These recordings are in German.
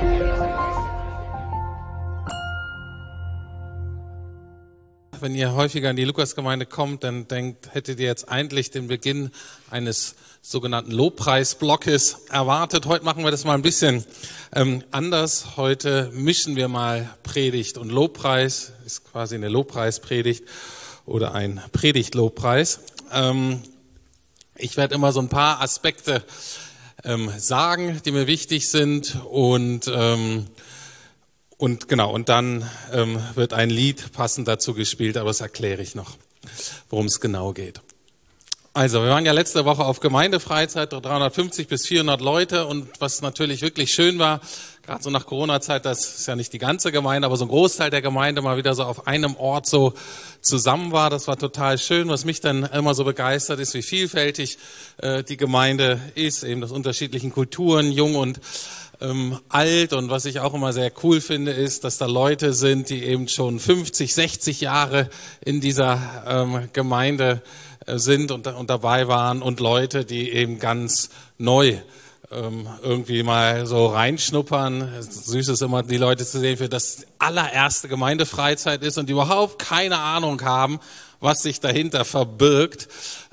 Wenn ihr häufiger in die Lukasgemeinde kommt, dann hättet ihr jetzt eigentlich den Beginn eines sogenannten Lobpreisblockes erwartet. Heute machen wir das mal ein bisschen anders. Heute mischen wir mal Predigt und Lobpreis. Ist quasi eine Lobpreispredigt oder ein Predigt-Lobpreis. Ich werde immer so ein paar Aspekte sagen, die mir wichtig sind und dann wird ein Lied passend dazu gespielt, aber das erkläre ich noch, worum es genau geht. Also, wir waren ja letzte Woche auf Gemeindefreizeit, 350 bis 400 Leute, und was natürlich wirklich schön war, gerade so nach Corona-Zeit, das ist ja nicht die ganze Gemeinde, aber so ein Großteil der Gemeinde mal wieder so auf einem Ort so zusammen war. Das war total schön. Was mich dann immer so begeistert ist, wie vielfältig die Gemeinde ist, eben aus unterschiedlichen Kulturen, jung und alt, und was ich auch immer sehr cool finde, ist, dass da Leute sind, die eben schon 50, 60 Jahre in dieser Gemeinde sind und dabei waren, und Leute, die eben ganz neu irgendwie mal so reinschnuppern. Süß ist immer, die Leute zu sehen, für das allererste Gemeindefreizeit ist und die überhaupt keine Ahnung haben, was sich dahinter verbirgt,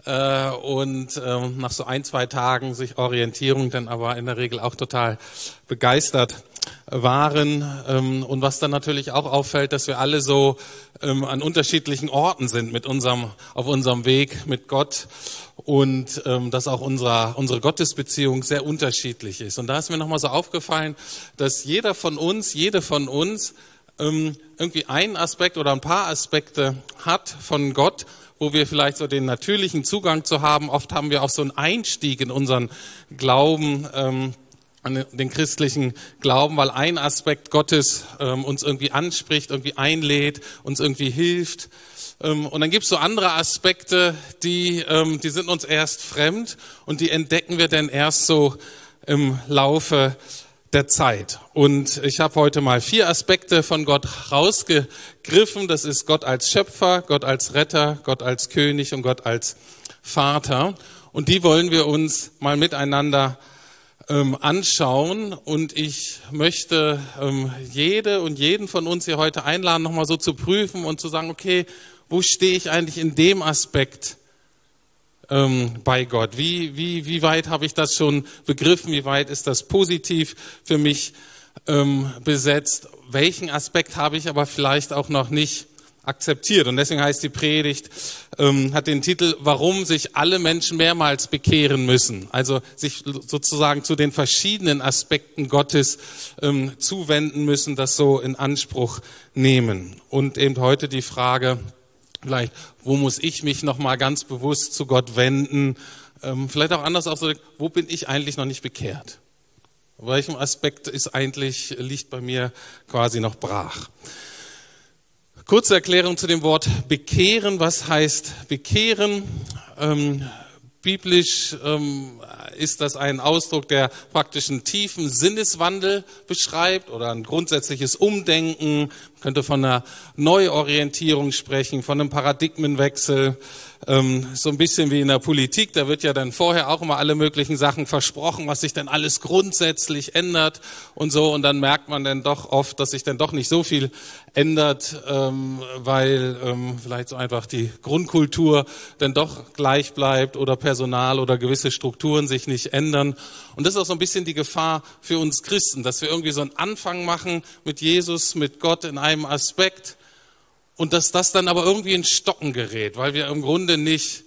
und nach so 1-2 Tagen sich Orientierung dann aber in der Regel auch total begeistert waren, und was dann natürlich auch auffällt, dass wir alle so an unterschiedlichen Orten sind auf unserem Weg mit Gott, und dass auch unsere Gottesbeziehung sehr unterschiedlich ist. Und da ist mir nochmal so aufgefallen, dass jede von uns irgendwie einen Aspekt oder ein paar Aspekte hat von Gott, wo wir vielleicht so den natürlichen Zugang zu haben. Oft haben wir auch so einen Einstieg in unseren Glauben, an den christlichen Glauben, weil ein Aspekt Gottes uns irgendwie anspricht, irgendwie einlädt, uns irgendwie hilft. Und dann gibt es so andere Aspekte, die sind uns erst fremd, und die entdecken wir dann erst so im Laufe der Zeit. Und ich habe heute mal 4 Aspekte von Gott rausgegriffen. Das ist Gott als Schöpfer, Gott als Retter, Gott als König und Gott als Vater. Und die wollen wir uns mal miteinander anschauen. Und ich möchte jede und jeden von uns hier heute einladen, nochmal so zu prüfen und zu sagen, okay, wo stehe ich eigentlich in dem Aspekt bei Gott? Wie weit habe ich das schon begriffen? Wie weit ist das positiv für mich besetzt? Welchen Aspekt habe ich aber vielleicht auch noch nicht akzeptiert? Und deswegen heißt die Predigt, hat den Titel, warum sich alle Menschen mehrmals bekehren müssen. Also sich sozusagen zu den verschiedenen Aspekten Gottes zuwenden müssen, das so in Anspruch nehmen. Und eben heute die Frage, vielleicht, wo muss ich mich nochmal ganz bewusst zu Gott wenden? Vielleicht auch anders, wo bin ich eigentlich noch nicht bekehrt? Welchem Aspekt liegt bei mir quasi noch brach? Kurze Erklärung zu dem Wort bekehren. Was heißt bekehren? Biblisch ist das ein Ausdruck, der praktisch einen tiefen Sinneswandel beschreibt oder ein grundsätzliches Umdenken. Man könnte von einer Neuorientierung sprechen, von einem Paradigmenwechsel. So ein bisschen wie in der Politik, da wird ja dann vorher auch immer alle möglichen Sachen versprochen, was sich dann alles grundsätzlich ändert und so. Und dann merkt man dann doch oft, dass sich dann doch nicht so viel ändert, weil vielleicht so einfach die Grundkultur dann doch gleich bleibt oder Personal oder gewisse Strukturen sich nicht ändern. Und das ist auch so ein bisschen die Gefahr für uns Christen, dass wir irgendwie so einen Anfang machen mit Jesus, mit Gott in einem Aspekt, und dass das dann aber irgendwie in Stocken gerät, weil wir im Grunde nicht,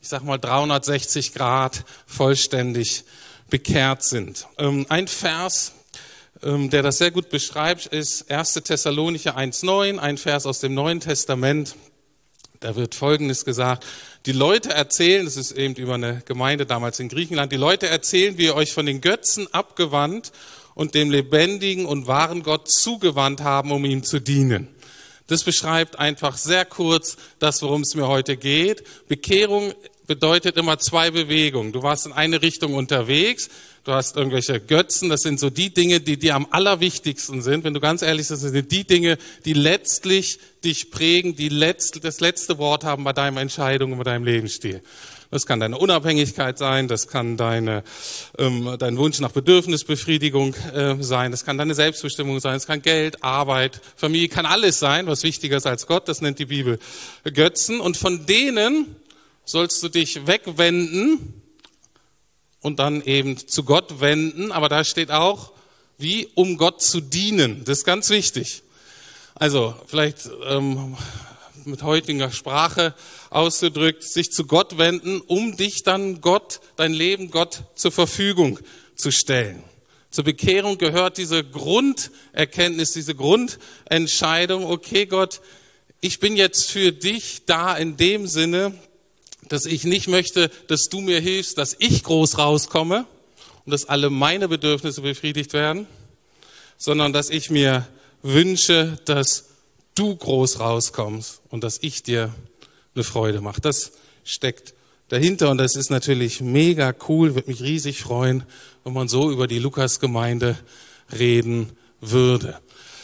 360 Grad vollständig bekehrt sind. Ein Vers, der das sehr gut beschreibt, ist 1. Thessalonicher 1,9, ein Vers aus dem Neuen Testament. Da wird Folgendes gesagt: Die Leute erzählen, das ist eben über eine Gemeinde damals in Griechenland, die Leute erzählen, wie ihr euch von den Götzen abgewandt und dem lebendigen und wahren Gott zugewandt haben, um ihm zu dienen. Das beschreibt einfach sehr kurz das, worum es mir heute geht. Bekehrung bedeutet immer 2 Bewegungen. Du warst in eine Richtung unterwegs, du hast irgendwelche Götzen, das sind so die Dinge, die dir am allerwichtigsten sind. Wenn du ganz ehrlich bist, das sind die Dinge, die letztlich dich prägen, die das letzte Wort haben bei deinen Entscheidungen, bei deinem Lebensstil. Das kann deine Unabhängigkeit sein, das kann dein Wunsch nach Bedürfnisbefriedigung sein, das kann deine Selbstbestimmung sein, es kann Geld, Arbeit, Familie, kann alles sein, was wichtiger ist als Gott. Das nennt die Bibel Götzen. Und von denen sollst du dich wegwenden und dann eben zu Gott wenden. Aber da steht auch, wie, um Gott zu dienen. Das ist ganz wichtig. Also vielleicht mit heutiger Sprache ausgedrückt, sich zu Gott wenden, um dich dann dein Leben Gott zur Verfügung zu stellen. Zur Bekehrung gehört diese Grunderkenntnis, diese Grundentscheidung, okay Gott, ich bin jetzt für dich da in dem Sinne, dass ich nicht möchte, dass du mir hilfst, dass ich groß rauskomme und dass alle meine Bedürfnisse befriedigt werden, sondern dass ich mir wünsche, dass du groß rauskommst und dass ich dir eine Freude mache. Das steckt dahinter und das ist natürlich mega cool, würde mich riesig freuen, wenn man so über die Lukas-Gemeinde reden würde.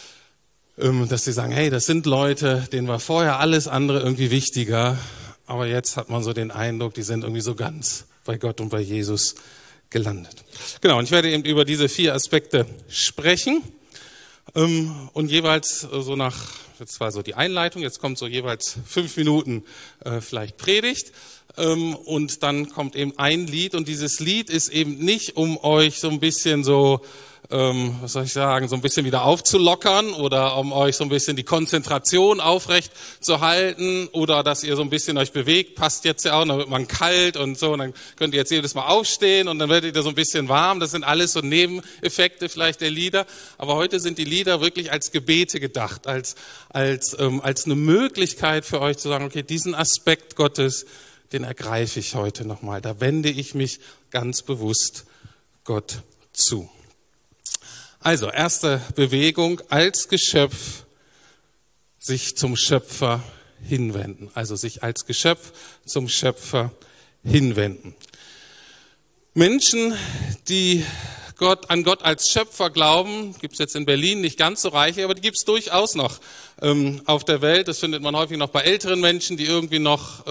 Dass sie sagen, hey, das sind Leute, denen war vorher alles andere irgendwie wichtiger, aber jetzt hat man so den Eindruck, die sind irgendwie so ganz bei Gott und bei Jesus gelandet. Genau, und ich werde eben über diese 4 Aspekte sprechen und jeweils so jetzt war so die Einleitung, jetzt kommt so jeweils 5 Minuten vielleicht Predigt und dann kommt eben ein Lied und dieses Lied ist eben nicht, um euch so ein bisschen so so ein bisschen wieder aufzulockern oder um euch so ein bisschen die Konzentration aufrecht zu halten oder dass ihr so ein bisschen euch bewegt, passt jetzt ja auch, dann wird man kalt und so und dann könnt ihr jetzt jedes Mal aufstehen und dann werdet ihr so ein bisschen warm. Das sind alles so Nebeneffekte vielleicht der Lieder, aber heute sind die Lieder wirklich als Gebete gedacht, als eine Möglichkeit für euch zu sagen, okay, diesen Aspekt Gottes, den ergreife ich heute nochmal. Da wende ich mich ganz bewusst Gott zu. Also, erste Bewegung, als Geschöpf sich zum Schöpfer hinwenden. Also sich als Geschöpf zum Schöpfer hinwenden. Menschen, die an Gott als Schöpfer glauben, gibt es jetzt in Berlin nicht ganz so reiche, aber die gibt es durchaus noch auf der Welt. Das findet man häufig noch bei älteren Menschen, die irgendwie noch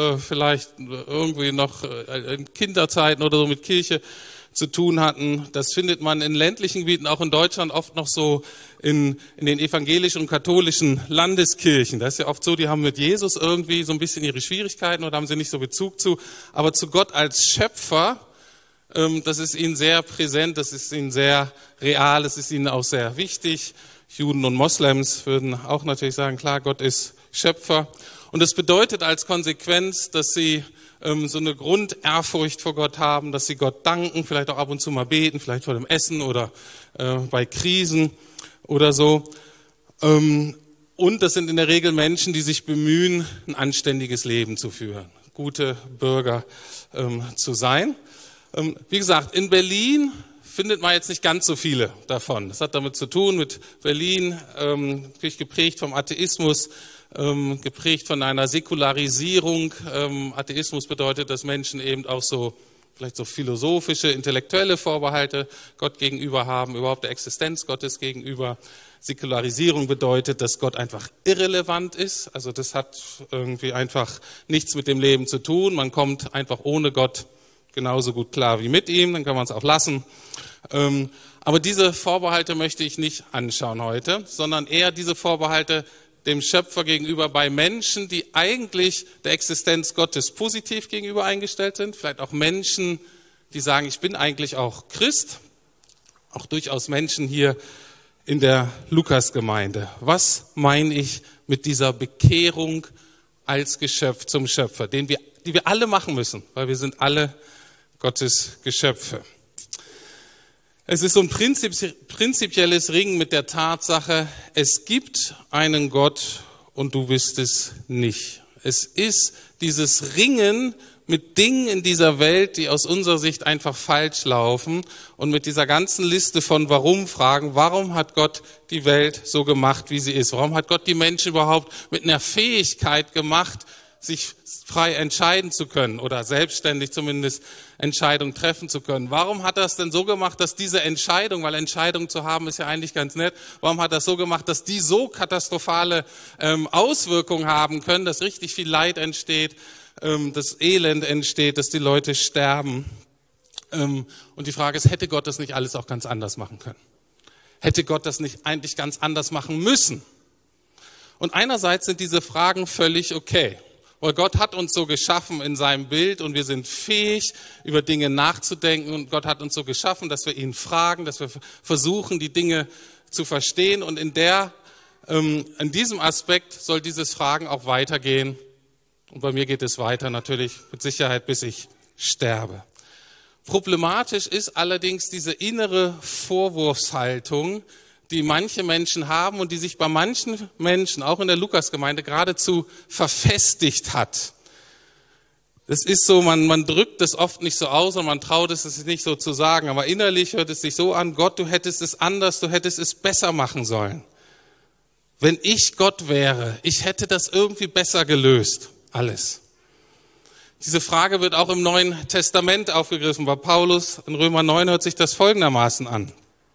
in Kinderzeiten oder so mit Kirche zu tun hatten. Das findet man in ländlichen Gebieten, auch in Deutschland, oft noch so in den evangelischen und katholischen Landeskirchen. Das ist ja oft so, die haben mit Jesus irgendwie so ein bisschen ihre Schwierigkeiten oder haben sie nicht so Bezug zu. Aber zu Gott als Schöpfer, das ist ihnen sehr präsent, das ist ihnen sehr real, das ist ihnen auch sehr wichtig. Juden und Moslems würden auch natürlich sagen, klar, Gott ist Schöpfer. Und das bedeutet als Konsequenz, dass sie so eine Grundehrfurcht vor Gott haben, dass sie Gott danken, vielleicht auch ab und zu mal beten, vielleicht vor dem Essen oder bei Krisen oder so. Und das sind in der Regel Menschen, die sich bemühen, ein anständiges Leben zu führen, gute Bürger zu sein. Wie gesagt, in Berlin findet man jetzt nicht ganz so viele davon. Das hat damit zu tun mit Berlin, natürlich geprägt vom Atheismus, geprägt von einer Säkularisierung. Atheismus bedeutet, dass Menschen eben auch vielleicht so philosophische, intellektuelle Vorbehalte Gott gegenüber haben, überhaupt der Existenz Gottes gegenüber. Säkularisierung bedeutet, dass Gott einfach irrelevant ist. Also das hat irgendwie einfach nichts mit dem Leben zu tun. Man kommt einfach ohne Gott genauso gut klar wie mit ihm, dann kann man es auch lassen. Aber diese Vorbehalte möchte ich nicht anschauen heute, sondern eher diese Vorbehalte dem Schöpfer gegenüber bei Menschen, die eigentlich der Existenz Gottes positiv gegenüber eingestellt sind. Vielleicht auch Menschen, die sagen, ich bin eigentlich auch Christ. Auch durchaus Menschen hier in der Lukas-Gemeinde. Was meine ich mit dieser Bekehrung als Geschöpf zum Schöpfer, die wir alle machen müssen, weil wir sind alle Gottes Geschöpfe. Es ist so ein prinzipielles Ringen mit der Tatsache, es gibt einen Gott und du bist es nicht. Es ist dieses Ringen mit Dingen in dieser Welt, die aus unserer Sicht einfach falsch laufen und mit dieser ganzen Liste von Warum-Fragen. Warum hat Gott die Welt so gemacht, wie sie ist? Warum hat Gott die Menschen überhaupt mit einer Fähigkeit gemacht, sich frei entscheiden zu können oder selbstständig zumindest Entscheidungen treffen zu können. Warum hat er es denn so gemacht, dass diese Entscheidung, weil Entscheidungen zu haben ist ja eigentlich ganz nett, warum hat er es so gemacht, dass die so katastrophale Auswirkungen haben können, dass richtig viel Leid entsteht, das Elend entsteht, dass die Leute sterben. Und die Frage ist, hätte Gott das nicht alles auch ganz anders machen können? Hätte Gott das nicht eigentlich ganz anders machen müssen? Und einerseits sind diese Fragen völlig okay, weil Gott hat uns so geschaffen in seinem Bild und wir sind fähig, über Dinge nachzudenken, und Gott hat uns so geschaffen, dass wir ihn fragen, dass wir versuchen, die Dinge zu verstehen, und in diesem Aspekt soll dieses Fragen auch weitergehen, und bei mir geht es weiter natürlich mit Sicherheit, bis ich sterbe. Problematisch ist allerdings diese innere Vorwurfshaltung, die manche Menschen haben und die sich bei manchen Menschen, auch in der Lukasgemeinde, geradezu verfestigt hat. Das ist so, man drückt es oft nicht so aus und man traut es nicht so zu sagen, aber innerlich hört es sich so an: Gott, du hättest es anders, du hättest es besser machen sollen. Wenn ich Gott wäre, ich hätte das irgendwie besser gelöst, alles. Diese Frage wird auch im Neuen Testament aufgegriffen. Bei Paulus in Römer 9 hört sich das folgendermaßen an.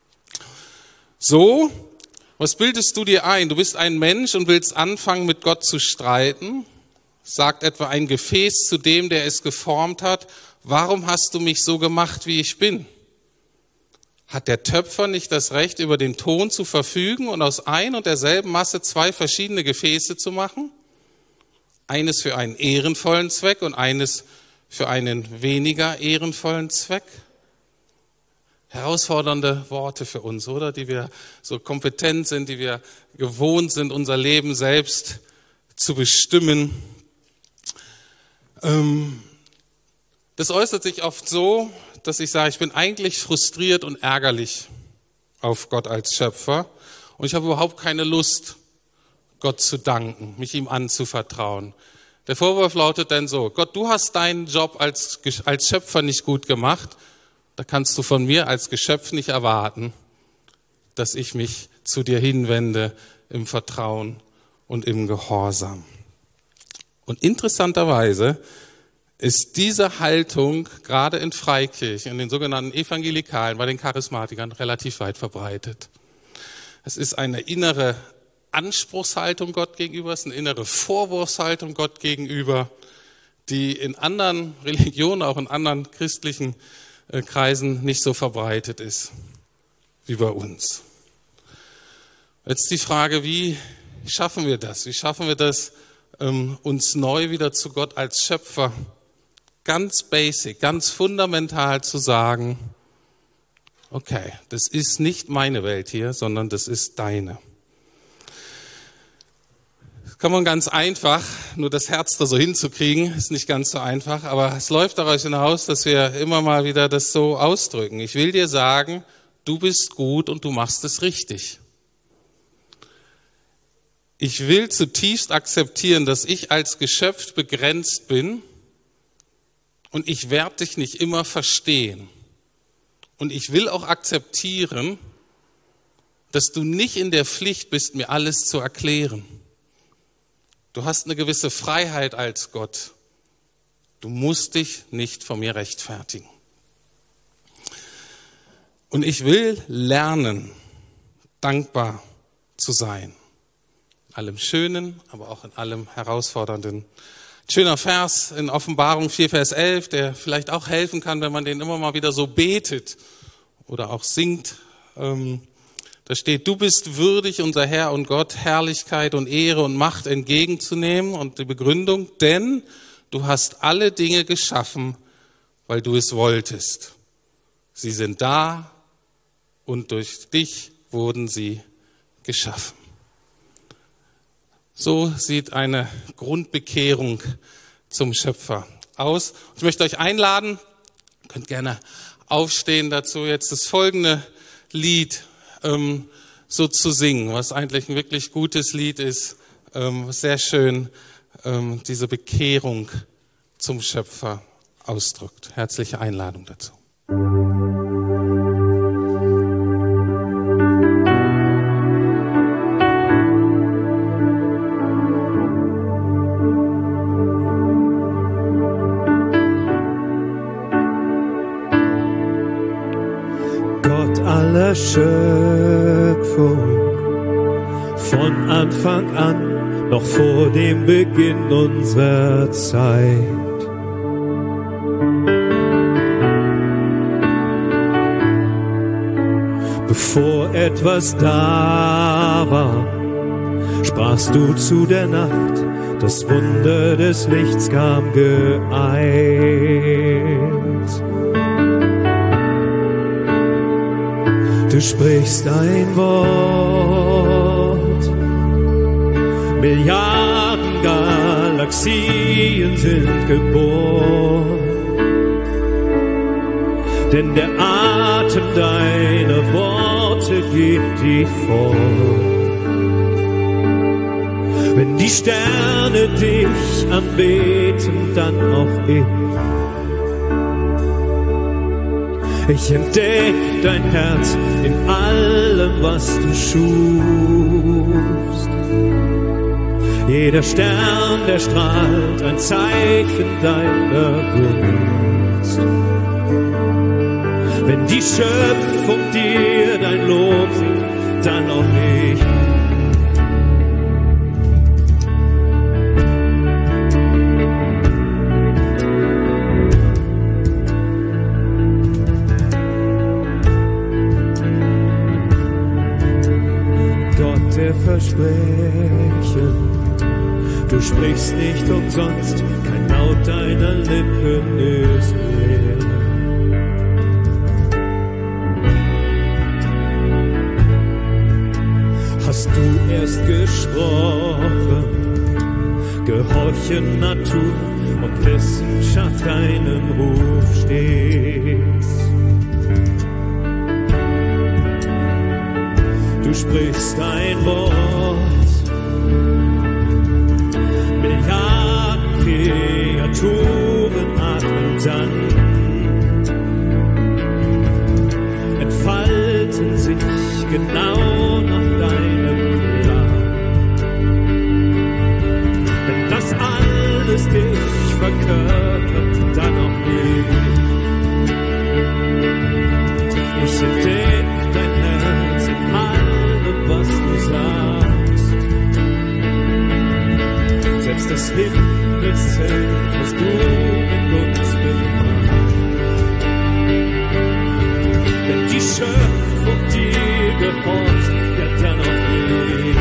So, was bildest du dir ein? Du bist ein Mensch und willst anfangen, mit Gott zu streiten. Sagt etwa ein Gefäß zu dem, der es geformt hat: Warum hast du mich so gemacht, wie ich bin? Hat der Töpfer nicht das Recht, über den Ton zu verfügen und aus ein und derselben Masse zwei verschiedene Gefäße zu machen? Eines für einen ehrenvollen Zweck und eines für einen weniger ehrenvollen Zweck? Herausfordernde Worte für uns, oder? Die wir so kompetent sind, die wir gewohnt sind, unser Leben selbst zu bestimmen. Das äußert sich oft so, dass ich sage, ich bin eigentlich frustriert und ärgerlich auf Gott als Schöpfer und ich habe überhaupt keine Lust, Gott zu danken, mich ihm anzuvertrauen. Der Vorwurf lautet dann so: Gott, du hast deinen Job als Schöpfer nicht gut gemacht. Da kannst du von mir als Geschöpf nicht erwarten, dass ich mich zu dir hinwende im Vertrauen und im Gehorsam. Und interessanterweise ist diese Haltung gerade in Freikirchen, in den sogenannten Evangelikalen, bei den Charismatikern relativ weit verbreitet. Es ist eine innere Anspruchshaltung Gott gegenüber, es ist eine innere Vorwurfshaltung Gott gegenüber, die in anderen Religionen, auch in anderen christlichen Kreisen nicht so verbreitet ist wie bei uns. Jetzt die Frage, wie schaffen wir das? Wie schaffen wir das, uns neu wieder zu Gott als Schöpfer ganz basic, ganz fundamental zu sagen: Okay, das ist nicht meine Welt hier, sondern das ist deine. Das kann man ganz einfach, nur das Herz da so hinzukriegen, ist nicht ganz so einfach, aber es läuft daraus hinaus, dass wir immer mal wieder das so ausdrücken. Ich will dir sagen, du bist gut und du machst es richtig. Ich will zutiefst akzeptieren, dass ich als Geschöpf begrenzt bin und ich werde dich nicht immer verstehen. Und ich will auch akzeptieren, dass du nicht in der Pflicht bist, mir alles zu erklären. Du hast eine gewisse Freiheit als Gott. Du musst dich nicht vor mir rechtfertigen. Und ich will lernen, dankbar zu sein. In allem Schönen, aber auch in allem Herausfordernden. Ein schöner Vers in Offenbarung 4, Vers 11, der vielleicht auch helfen kann, wenn man den immer mal wieder so betet oder auch singt. Da steht: Du bist würdig, unser Herr und Gott, Herrlichkeit und Ehre und Macht entgegenzunehmen. Und die Begründung: Denn du hast alle Dinge geschaffen, weil du es wolltest. Sie sind da und durch dich wurden sie geschaffen. So sieht eine Grundbekehrung zum Schöpfer aus. Ich möchte euch einladen, ihr könnt gerne aufstehen dazu, jetzt das folgende Lied so zu singen, was eigentlich ein wirklich gutes Lied ist, was sehr schön diese Bekehrung zum Schöpfer ausdrückt. Herzliche Einladung dazu. Schöpfung von Anfang an noch vor dem Beginn unserer Zeit. Bevor etwas da war, sprachst du zu der Nacht, das Wunder des Lichts kam geeilt. Du sprichst ein Wort, Milliarden Galaxien sind geboren, denn der Atem deiner Worte gibt die Form. Wenn die Sterne dich anbeten, dann auch ich. Ich entdeck dein Herz in allem, was du schufst. Jeder Stern, der strahlt, ein Zeichen deiner Gunst. Wenn die Schöpfung dir dein Lob singt, dann auch ich. Versprechen, du sprichst nicht umsonst, kein Laut deiner Lippen ist leer. Hast du erst gesprochen, gehorchen Natur und Wissenschaft deinem Ruf stets. Du sprichst ein Wort, Milliarden Kreaturen atmen dann, entfalten sich genau nach deinem Plan. Wenn das alles dich verkörpert, dann auch ich. Ich entdeck dein Herz in allem, was du sagst. Selbst das Himmelszelt hast du mit uns gemacht. Wenn die Schöpfung dir gehorcht, ja dann auch ich.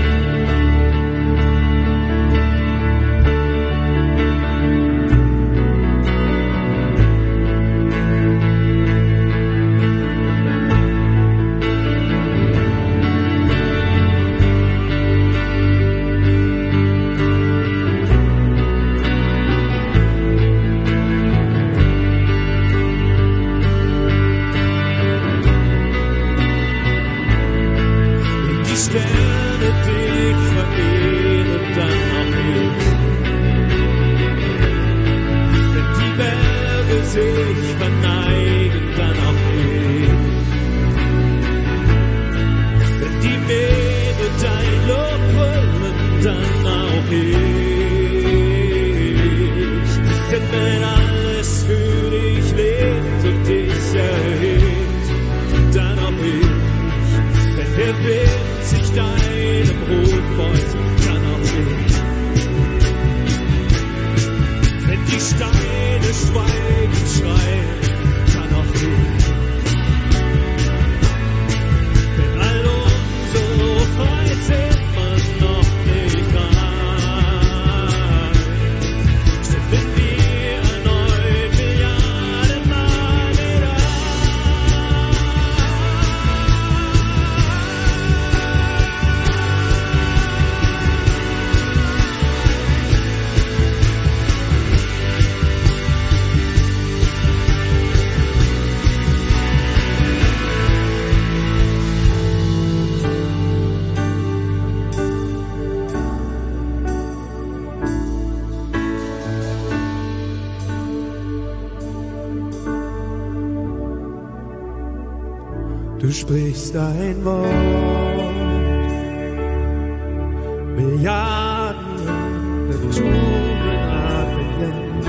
Du sprichst ein Wort, Milliarden Naturen atmen,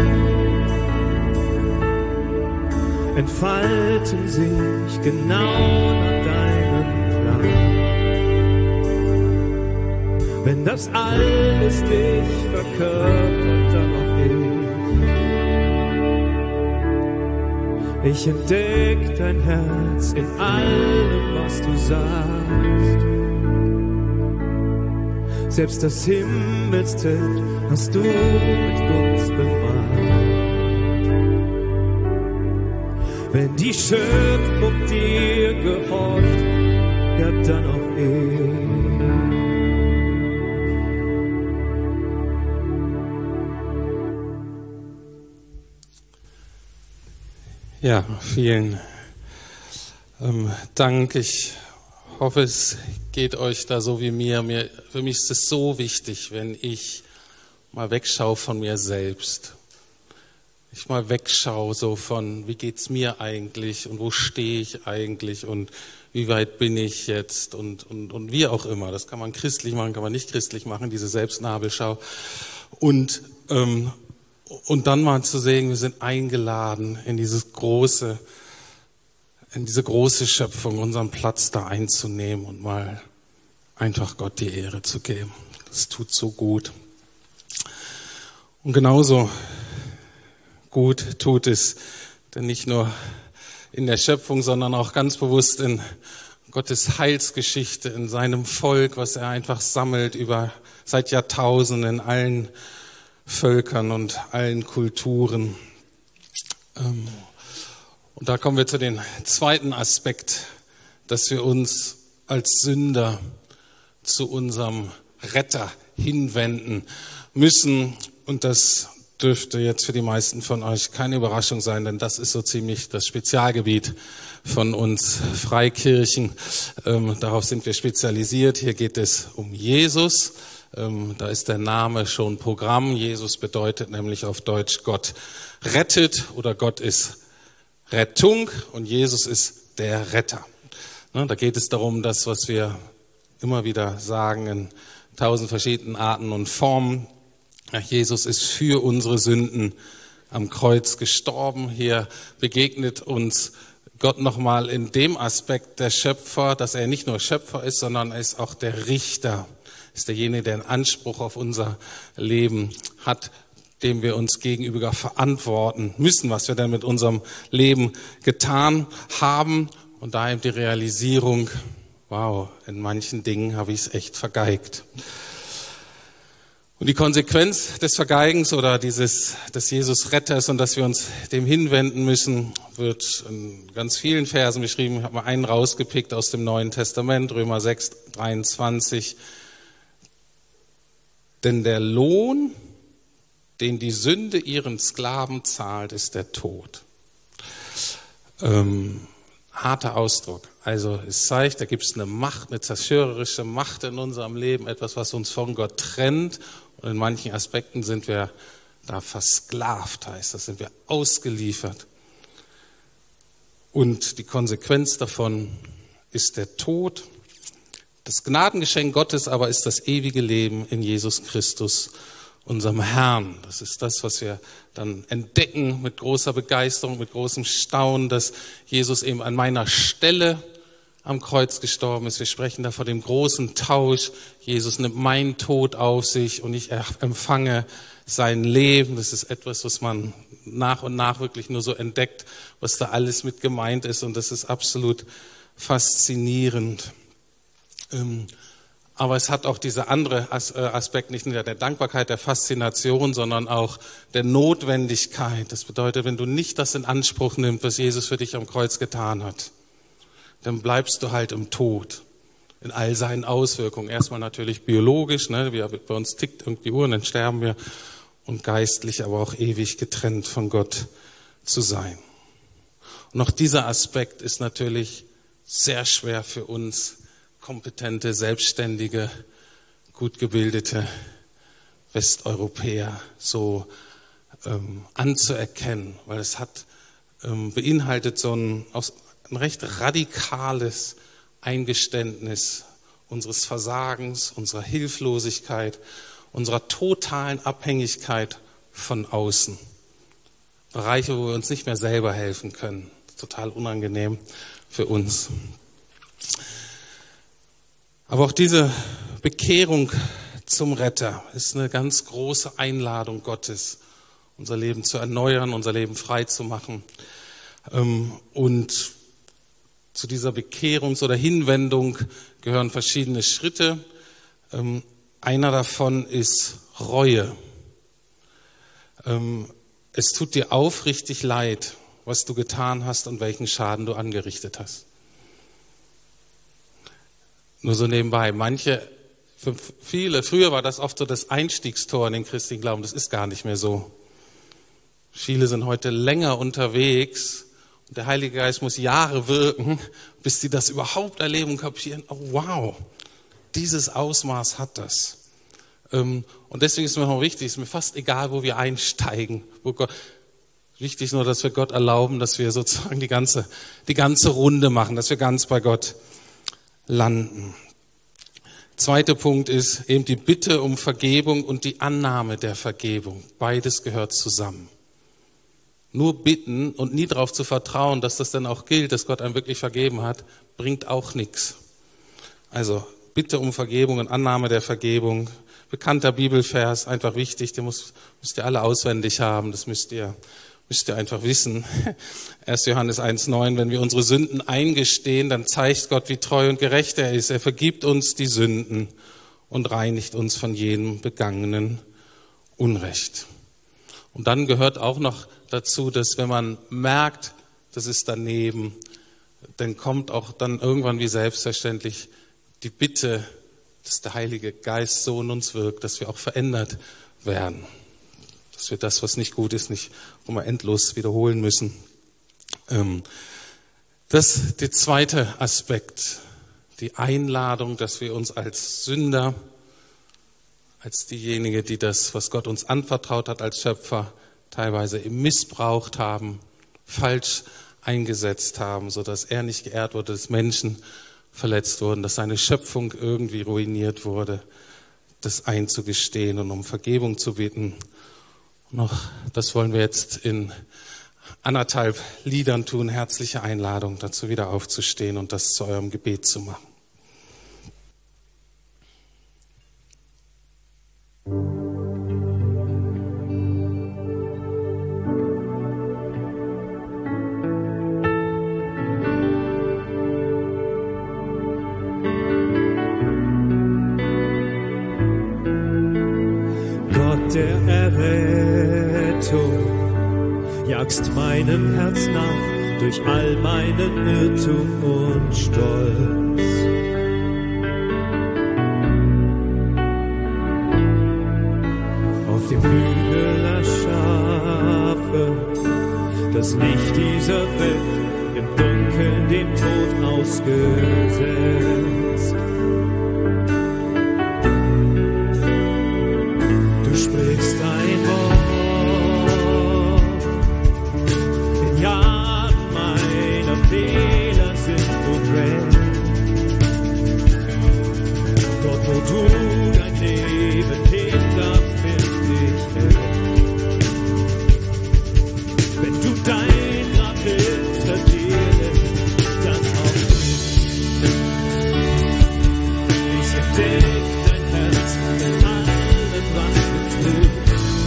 entfalten sich genau nach deinem Plan. wenn das alles dich verkörpert, dann auch ich. Ich entdeck dein Herz in allem, was du sagst. Selbst das Himmelszelt hast du mit uns bemalt. Wenn die Schöpfung dir gehorcht, ja dann auch ich. Ja, vielen Dank. Ich hoffe, es geht euch da so wie mir. Für mich ist es so wichtig, wenn ich mal wegschaue von mir selbst. Ich mal wegschaue so von, wie geht's mir eigentlich und wo stehe ich eigentlich und wie weit bin ich jetzt und wie auch immer. Das kann man christlich machen, kann man nicht christlich machen, diese Selbstnabelschau. Und dann mal zu sehen, wir sind eingeladen in diese große Schöpfung, unseren Platz da einzunehmen und mal einfach Gott die Ehre zu geben. Das tut so gut. Und genauso gut tut es, denn nicht nur in der Schöpfung, sondern auch ganz bewusst in Gottes Heilsgeschichte, in seinem Volk, was er einfach sammelt seit Jahrtausenden in allen Völkern und allen Kulturen. Und da kommen wir zu dem zweiten Aspekt, dass wir uns als Sünder zu unserem Retter hinwenden müssen. Und das dürfte jetzt für die meisten von euch keine Überraschung sein, denn das ist so ziemlich das Spezialgebiet von uns Freikirchen. Darauf sind wir spezialisiert. Hier geht es um Jesus. Da ist der Name schon Programm. Jesus bedeutet nämlich auf Deutsch Gott rettet oder Gott ist Rettung und Jesus ist der Retter. Da geht es darum, das, was wir immer wieder sagen in 1000 verschiedenen Arten und Formen. Jesus ist für unsere Sünden am Kreuz gestorben. Hier begegnet uns Gott nochmal in dem Aspekt der Schöpfer, dass er nicht nur Schöpfer ist, sondern er ist auch der Richter. Ist derjenige, der einen Anspruch auf unser Leben hat, dem wir uns gegenüber verantworten müssen, was wir denn mit unserem Leben getan haben. Und da eben die Realisierung, wow, in manchen Dingen habe ich es echt vergeigt. Und die Konsequenz des Vergeigens oder des Jesus Retters und dass wir uns dem hinwenden müssen, wird in ganz vielen Versen beschrieben. Ich habe mal einen rausgepickt aus dem Neuen Testament, Römer 6, 23. Denn der Lohn, den die Sünde ihren Sklaven zahlt, ist der Tod. Harter Ausdruck. Also es zeigt, da gibt es eine Macht, eine zerstörerische Macht in unserem Leben, etwas, was uns von Gott trennt. Und in manchen Aspekten sind wir da versklavt, heißt das, sind wir ausgeliefert. Und die Konsequenz davon ist der Tod. Das Gnadengeschenk Gottes aber ist das ewige Leben in Jesus Christus, unserem Herrn. Das ist das, was wir dann entdecken mit großer Begeisterung, mit großem Staunen, dass Jesus eben an meiner Stelle am Kreuz gestorben ist. Wir sprechen da von dem großen Tausch. Jesus nimmt meinen Tod auf sich und ich empfange sein Leben. Das ist etwas, was man nach und nach wirklich nur so entdeckt, was da alles mit gemeint ist. Und das ist absolut faszinierend. Aber es hat auch dieser andere Aspekt, nicht nur der Dankbarkeit, der Faszination, sondern auch der Notwendigkeit. Das bedeutet, wenn du nicht das in Anspruch nimmst, was Jesus für dich am Kreuz getan hat, dann bleibst du halt im Tod in all seinen Auswirkungen. Erstmal natürlich biologisch, ne? Bei uns tickt irgendwie die Uhr und dann sterben wir. Und geistlich, aber auch ewig getrennt von Gott zu sein. Und auch dieser Aspekt ist natürlich sehr schwer für uns kompetente, selbstständige, gut gebildete Westeuropäer so anzuerkennen, weil es beinhaltet so ein recht radikales Eingeständnis unseres Versagens, unserer Hilflosigkeit, unserer totalen Abhängigkeit von außen. Bereiche, wo wir uns nicht mehr selber helfen können. Total unangenehm für uns. Aber auch diese Bekehrung zum Retter. Das ist eine ganz große Einladung Gottes, unser Leben zu erneuern, unser Leben frei zu machen. Und zu dieser Bekehrungs- oder Hinwendung gehören verschiedene Schritte. Einer davon ist Reue. Es tut dir aufrichtig leid, was du getan hast und welchen Schaden du angerichtet hast. Nur so nebenbei, für viele, früher war das oft so das Einstiegstor in den christlichen Glauben, das ist gar nicht mehr so. Viele sind heute länger unterwegs und der Heilige Geist muss Jahre wirken, bis sie das überhaupt erleben und kapieren, oh wow, dieses Ausmaß hat das. Und deswegen ist mir noch wichtig, ist mir fast egal, wo wir einsteigen. Wichtig nur, dass wir Gott erlauben, dass wir sozusagen die ganze Runde machen, dass wir ganz bei Gott landen. Zweiter Punkt ist eben die Bitte um Vergebung und die Annahme der Vergebung. Beides gehört zusammen. Nur bitten und nie darauf zu vertrauen, dass das dann auch gilt, dass Gott einem wirklich vergeben hat, bringt auch nichts. Also Bitte um Vergebung und Annahme der Vergebung. Bekannter Bibelvers, einfach wichtig, den müsst ihr alle auswendig haben, das müsst ihr einfach wissen. 1. Johannes 1,9, wenn wir unsere Sünden eingestehen, dann zeigt Gott, wie treu und gerecht er ist. Er vergibt uns die Sünden und reinigt uns von jedem begangenen Unrecht. Und dann gehört auch noch dazu, dass wenn man merkt, das ist daneben, dann kommt auch dann irgendwann wie selbstverständlich die Bitte, dass der Heilige Geist so in uns wirkt, dass wir auch verändert werden. Dass wir das, was nicht gut ist, nicht immer endlos wiederholen müssen. Das ist der zweite Aspekt, die Einladung, dass wir uns als Sünder, als diejenigen, die das, was Gott uns anvertraut hat als Schöpfer, teilweise missbraucht haben, falsch eingesetzt haben, sodass er nicht geehrt wurde, dass Menschen verletzt wurden, dass seine Schöpfung irgendwie ruiniert wurde, das einzugestehen und um Vergebung zu bitten. Das wollen wir jetzt in 1,5 Liedern tun. Herzliche Einladung, dazu wieder aufzustehen und das zu eurem Gebet zu machen. Der Errettung jagst meinem Herz nach durch all meinen Irrtum und Stolz. Auf dem Hügel erschaffen, das Licht dieser Welt, im Dunkeln dem Tod ausgesetzt. Du sprichst ein Wort, in Jahren meiner Fehler sind begrenzt. Dort, wo du dein Leben hinterst, bin ich recht. Wenn du dein Grab hinter dir lässt, dann auch ich entdeck dein Herz in allem, was du tust.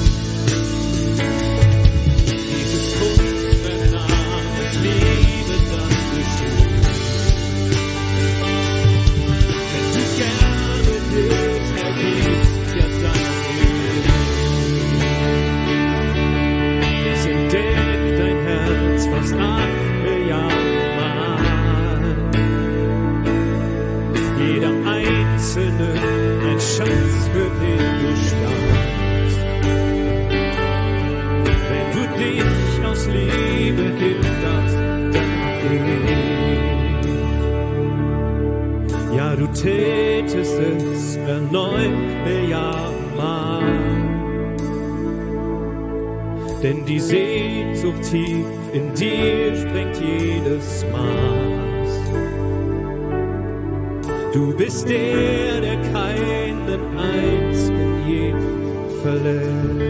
Dieses Kunstwerk namens Liebe, das besteht. Wenn du gerne dich ergibst, ja dann ich entdeck dein Herz fast 8 Milliarden Mal. Jeder Einzelne ein Schatz, für den du stammst. Wenn du dich aus Liebe hinterst, dann ich. Ja, du tätest es 9 Milliarden Mal. Denn die Sehnsucht tief in dir sprengt jedes Maß. Du bist der keinen einzigen je verlässt.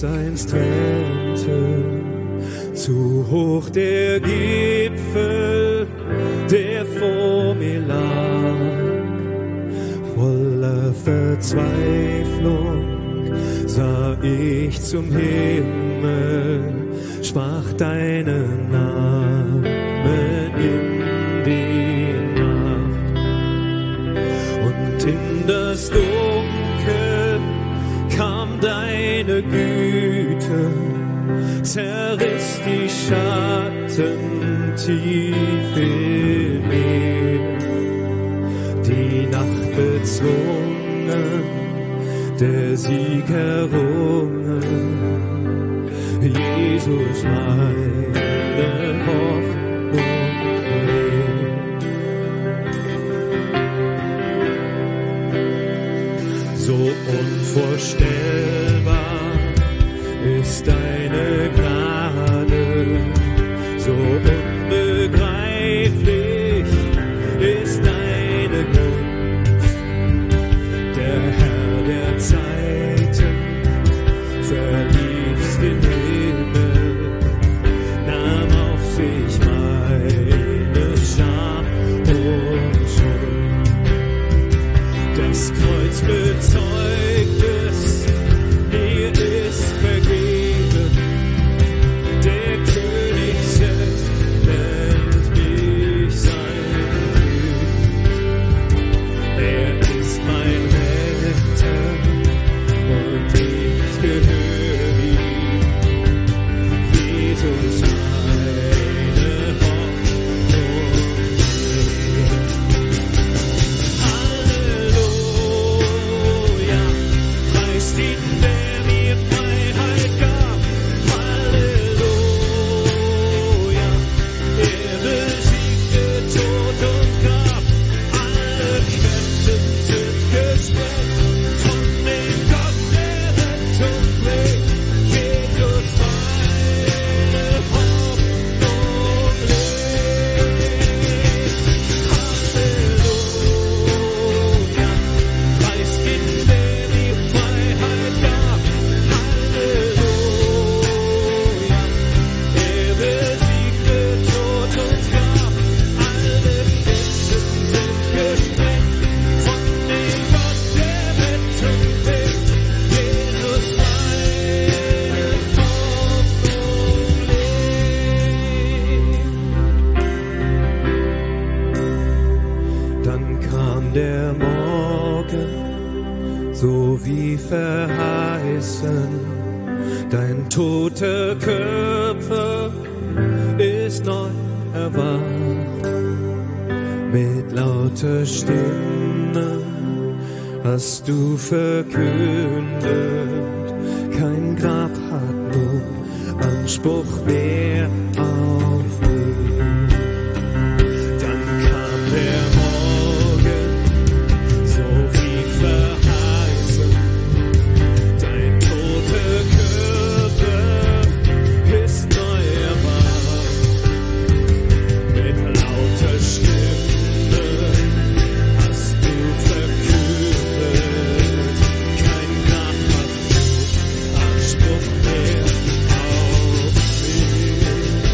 einst trennte. Zu hoch der Gipfel, der vor mir lag, voller Verzweiflung sah ich zum Himmel, sprach deinen Namen in die Nacht. Und in das Dunkel kam deine Güte, zerriss die Schatten tief in mir, die Nacht bezwungen, der Sieg errungen, Jesus meine Hoffnung lebt. So unvorstellbar ist deine Gnade, so unbegreiflich ist deine Gunst. Der Herr der Zeiten verließ den Himmel, nahm auf sich meine Scham und Schuld. Das Kreuz bezeugt es, mir ist vergeben. Der König selbst nennt mich sein Kind. Er ist mein Retter und ich gehöre ihm. Jesus meine Hoffnung lebt. Halleluja, preist ihn, der mir Freiheit gab. Halleluja, er besiegte Tod und Grab. Alle Ketten sind gesprengt von dem Gott, der Rettung bringt. Jesus meine Hoffnung lebt. Halleluja, preist ihn, der mir Freiheit gab. Halleluja, er besiegte Tod und Grab. Alle Ketten sind gesprengt von dem Gott, der Rettung bringt. Jesus meine Hoffnung lebt. Dann kam der Morgen, so wie verheißen, dein toter Körper ist neu erwacht. Mit lauter Stimme hast du verkündet, kein Grab hat nun Anspruch mehr auf mich. Dann kam der Morgen, so wie verheißen, dein toter Körper ist neu erwacht. Mit lauter Stimme hast du verkündet, kein Grab hat Anspruch mehr auf mich.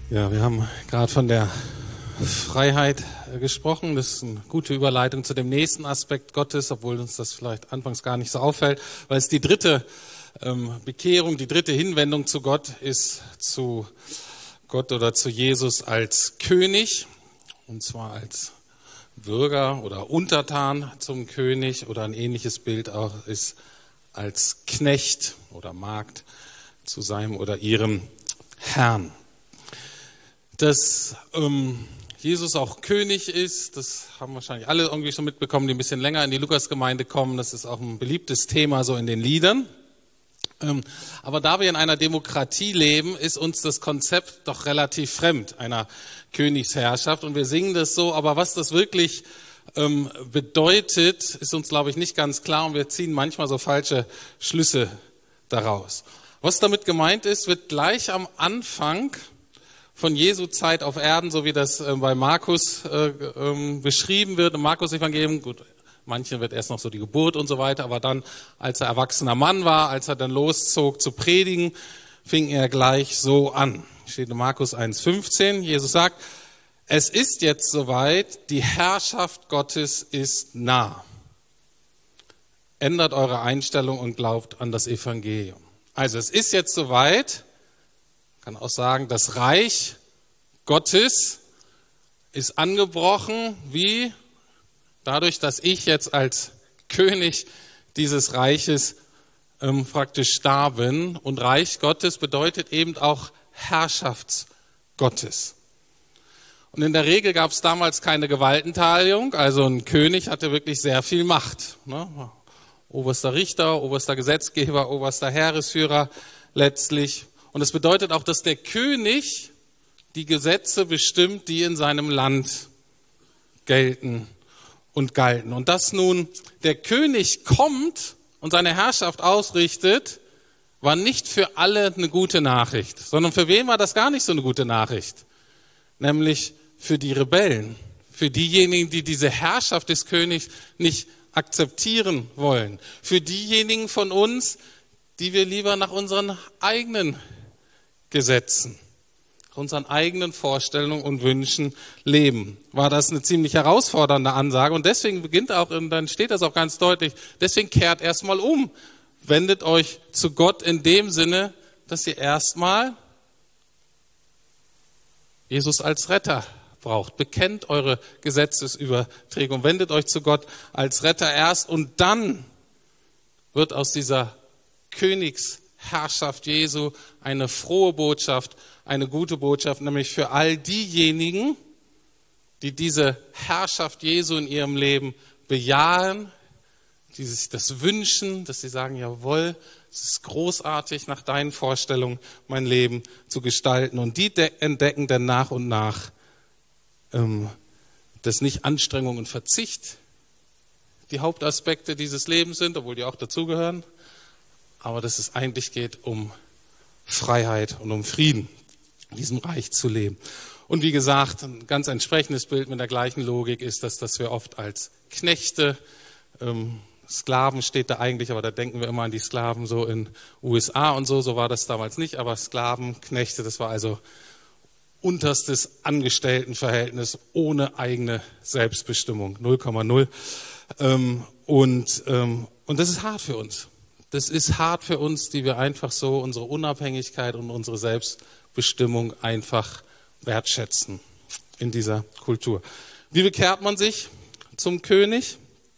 Ja, wir haben gerade von der Freiheit gesprochen. Das ist eine gute Überleitung zu dem nächsten Aspekt Gottes, obwohl uns das vielleicht anfangs gar nicht so auffällt, weil es die dritte Bekehrung, die dritte Hinwendung zu Gott ist, zu Gott oder zu Jesus als König, und zwar als Bürger oder Untertan zum König, oder ein ähnliches Bild auch ist als Knecht oder Magd zu seinem oder ihrem Herrn. Dass Jesus auch König ist, das haben wahrscheinlich alle irgendwie schon mitbekommen, die ein bisschen länger in die Lukasgemeinde kommen. Das ist auch ein beliebtes Thema so in den Liedern. Aber da wir in einer Demokratie leben, ist uns das Konzept doch relativ fremd, einer Königsherrschaft. Und wir singen das so, aber was das wirklich bedeutet, ist uns, glaube ich, nicht ganz klar. Und wir ziehen manchmal so falsche Schlüsse daraus. Was damit gemeint ist, wird gleich am Anfang von Jesu Zeit auf Erden, so wie das bei Markus beschrieben wird, im Markus-Evangelium, gut, manchen wird erst noch so die Geburt und so weiter, aber dann, als er erwachsener Mann war, als er dann loszog zu predigen, fing er gleich so an. Steht in Markus 1,15, Jesus sagt, es ist jetzt soweit, die Herrschaft Gottes ist nah. Ändert eure Einstellung und glaubt an das Evangelium. Also es ist jetzt soweit, kann auch sagen, das Reich Gottes ist angebrochen, wie dadurch, dass ich jetzt als König dieses Reiches praktisch da bin. Und Reich Gottes bedeutet eben auch Herrschaft Gottes. Und in der Regel gab es damals keine Gewaltenteilung, also ein König hatte wirklich sehr viel Macht. Ne? Oberster Richter, oberster Gesetzgeber, oberster Heeresführer letztlich. Und es bedeutet auch, dass der König die Gesetze bestimmt, die in seinem Land gelten und galten. Und dass nun der König kommt und seine Herrschaft ausrichtet, war nicht für alle eine gute Nachricht, sondern für wen war das gar nicht so eine gute Nachricht? Nämlich für die Rebellen, für diejenigen, die diese Herrschaft des Königs nicht akzeptieren wollen, für diejenigen von uns, die wir lieber nach unseren eigenen Gesetzen, unseren eigenen Vorstellungen und Wünschen leben. War das eine ziemlich herausfordernde Ansage und deswegen beginnt auch, und dann steht das auch ganz deutlich, deswegen kehrt erstmal um, wendet euch zu Gott in dem Sinne, dass ihr erstmal Jesus als Retter braucht. Bekennt eure Gesetzesübertretung, wendet euch zu Gott als Retter erst und dann wird aus dieser Königsherrschaft Jesu eine frohe Botschaft, eine gute Botschaft, nämlich für all diejenigen, die diese Herrschaft Jesu in ihrem Leben bejahen, die sich das wünschen, dass sie sagen, jawohl, es ist großartig, nach deinen Vorstellungen mein Leben zu gestalten. Und die entdecken dann nach und nach, dass nicht Anstrengung und Verzicht die Hauptaspekte dieses Lebens sind, obwohl die auch dazugehören, aber dass es eigentlich geht um Freiheit und um Frieden, in diesem Reich zu leben. Und wie gesagt, ein ganz entsprechendes Bild mit der gleichen Logik ist, dass wir oft als Knechte, Sklaven steht da eigentlich, aber da denken wir immer an die Sklaven so in USA und so war das damals nicht, aber Sklaven, Knechte, das war also unterstes Angestelltenverhältnis ohne eigene Selbstbestimmung, 0,0. Und das ist hart für uns. Das ist hart für uns, die wir einfach so unsere Unabhängigkeit und unsere Selbstbestimmung einfach wertschätzen in dieser Kultur. Wie bekehrt man sich zum König?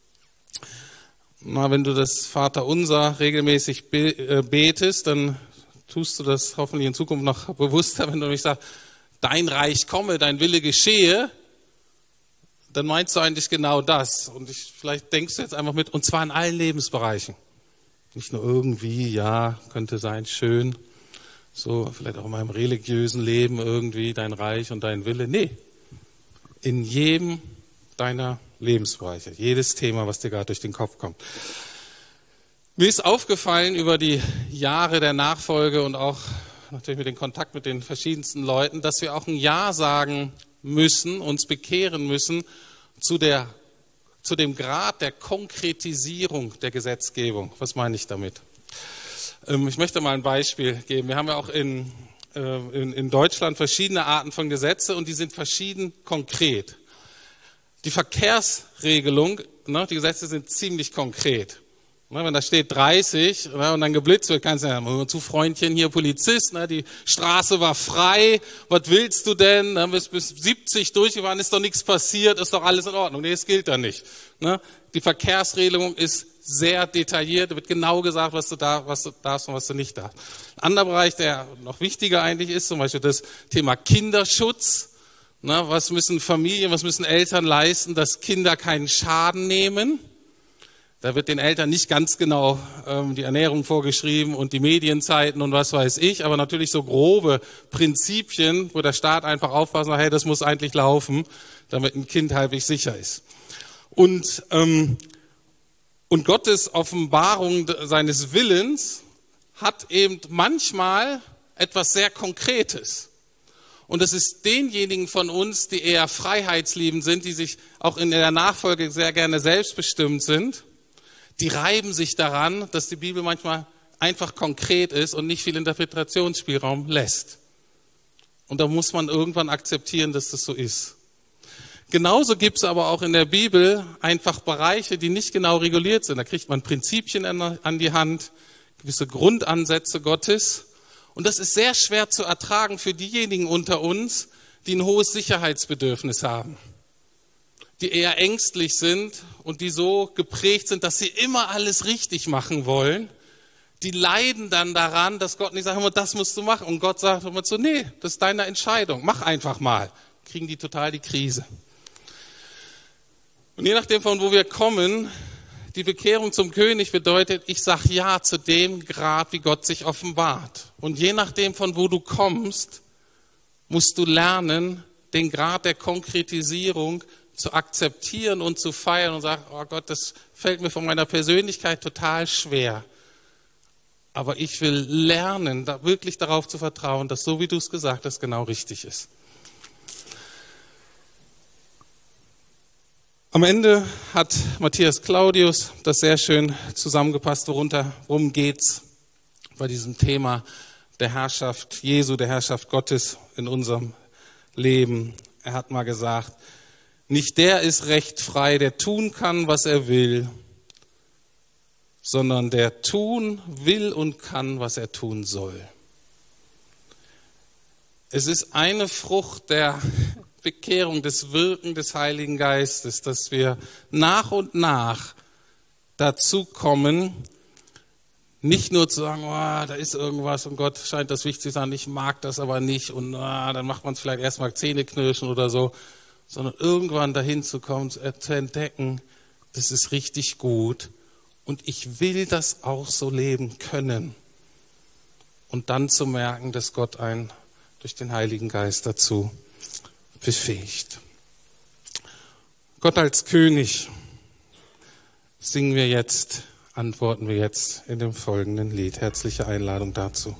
Na, wenn du das Vaterunser regelmäßig betest, dann tust du das hoffentlich in Zukunft noch bewusster, wenn du nämlich sagst, dein Reich komme, dein Wille geschehe, dann meinst du eigentlich genau das. Und vielleicht denkst du jetzt einfach mit, und zwar in allen Lebensbereichen. Nicht nur irgendwie, ja, könnte sein, schön, so vielleicht auch in meinem religiösen Leben irgendwie, dein Reich und dein Wille. Nee, in jedem deiner Lebensbereiche, jedes Thema, was dir gerade durch den Kopf kommt. Mir ist aufgefallen über die Jahre der Nachfolge und auch natürlich mit dem Kontakt mit den verschiedensten Leuten, dass wir auch ein Ja sagen müssen, uns bekehren müssen zu dem Grad der Konkretisierung der Gesetzgebung. Was meine ich damit? Ich möchte mal ein Beispiel geben. Wir haben ja auch in in Deutschland verschiedene Arten von Gesetze und die sind verschieden konkret. Die Verkehrsregelung, die Gesetze sind ziemlich konkret. Wenn da steht 30 und dann geblitzt wird, kannst du sagen, zu Freundchen hier Polizist, die Straße war frei, was willst du denn? Dann bist bis 70 durchgefahren, ist doch nichts passiert, ist doch alles in Ordnung. Nee, das gilt da nicht. Die Verkehrsregelung ist sehr detailliert, da wird genau gesagt, was du darfst und was du nicht darfst. Ein anderer Bereich, der noch wichtiger eigentlich ist, zum Beispiel das Thema Kinderschutz. Was müssen Familien, was müssen Eltern leisten, dass Kinder keinen Schaden nehmen? Da wird den Eltern nicht ganz genau die Ernährung vorgeschrieben und die Medienzeiten und was weiß ich, aber natürlich so grobe Prinzipien, wo der Staat einfach aufpasst, hey, das muss eigentlich laufen, damit ein Kind halbwegs sicher ist. Und Gottes Offenbarung seines Willens hat eben manchmal etwas sehr Konkretes. Und es ist denjenigen von uns, die eher freiheitsliebend sind, die sich auch in der Nachfolge sehr gerne selbstbestimmt sind, die reiben sich daran, dass die Bibel manchmal einfach konkret ist und nicht viel Interpretationsspielraum lässt. Und da muss man irgendwann akzeptieren, dass das so ist. Genauso gibt es aber auch in der Bibel einfach Bereiche, die nicht genau reguliert sind. Da kriegt man Prinzipien an die Hand, gewisse Grundansätze Gottes. Und das ist sehr schwer zu ertragen für diejenigen unter uns, die ein hohes Sicherheitsbedürfnis haben, die eher ängstlich sind und die so geprägt sind, dass sie immer alles richtig machen wollen. Die leiden dann daran, dass Gott nicht sagt, das musst du machen. Und Gott sagt immer so, nee, das ist deine Entscheidung, mach einfach mal. Kriegen die total die Krise. Und je nachdem, von wo wir kommen, die Bekehrung zum König bedeutet, ich sage ja zu dem Grad, wie Gott sich offenbart. Und je nachdem, von wo du kommst, musst du lernen, den Grad der Konkretisierung zu akzeptieren und zu feiern und sagen, oh Gott, das fällt mir von meiner Persönlichkeit total schwer. Aber ich will lernen, da wirklich darauf zu vertrauen, dass so wie du es gesagt hast, genau richtig ist. Am Ende hat Matthias Claudius das sehr schön zusammengepasst, worum geht's bei diesem Thema der Herrschaft Jesu, der Herrschaft Gottes in unserem Leben. Er hat mal gesagt, nicht der ist rechtfrei, der tun kann, was er will, sondern der tun will und kann, was er tun soll. Es ist eine Frucht der Bekehrung, des Wirken des Heiligen Geistes, dass wir nach und nach dazu kommen, nicht nur zu sagen, da ist irgendwas und Gott scheint das wichtig zu sein, ich mag das aber nicht und dann macht man es vielleicht erstmal Zähneknirschen oder so, sondern irgendwann dahin zu kommen, zu entdecken, das ist richtig gut und ich will das auch so leben können. Und dann zu merken, dass Gott einen durch den Heiligen Geist dazu befähigt. Gott als König singen wir jetzt, antworten wir jetzt in dem folgenden Lied. Herzliche Einladung dazu.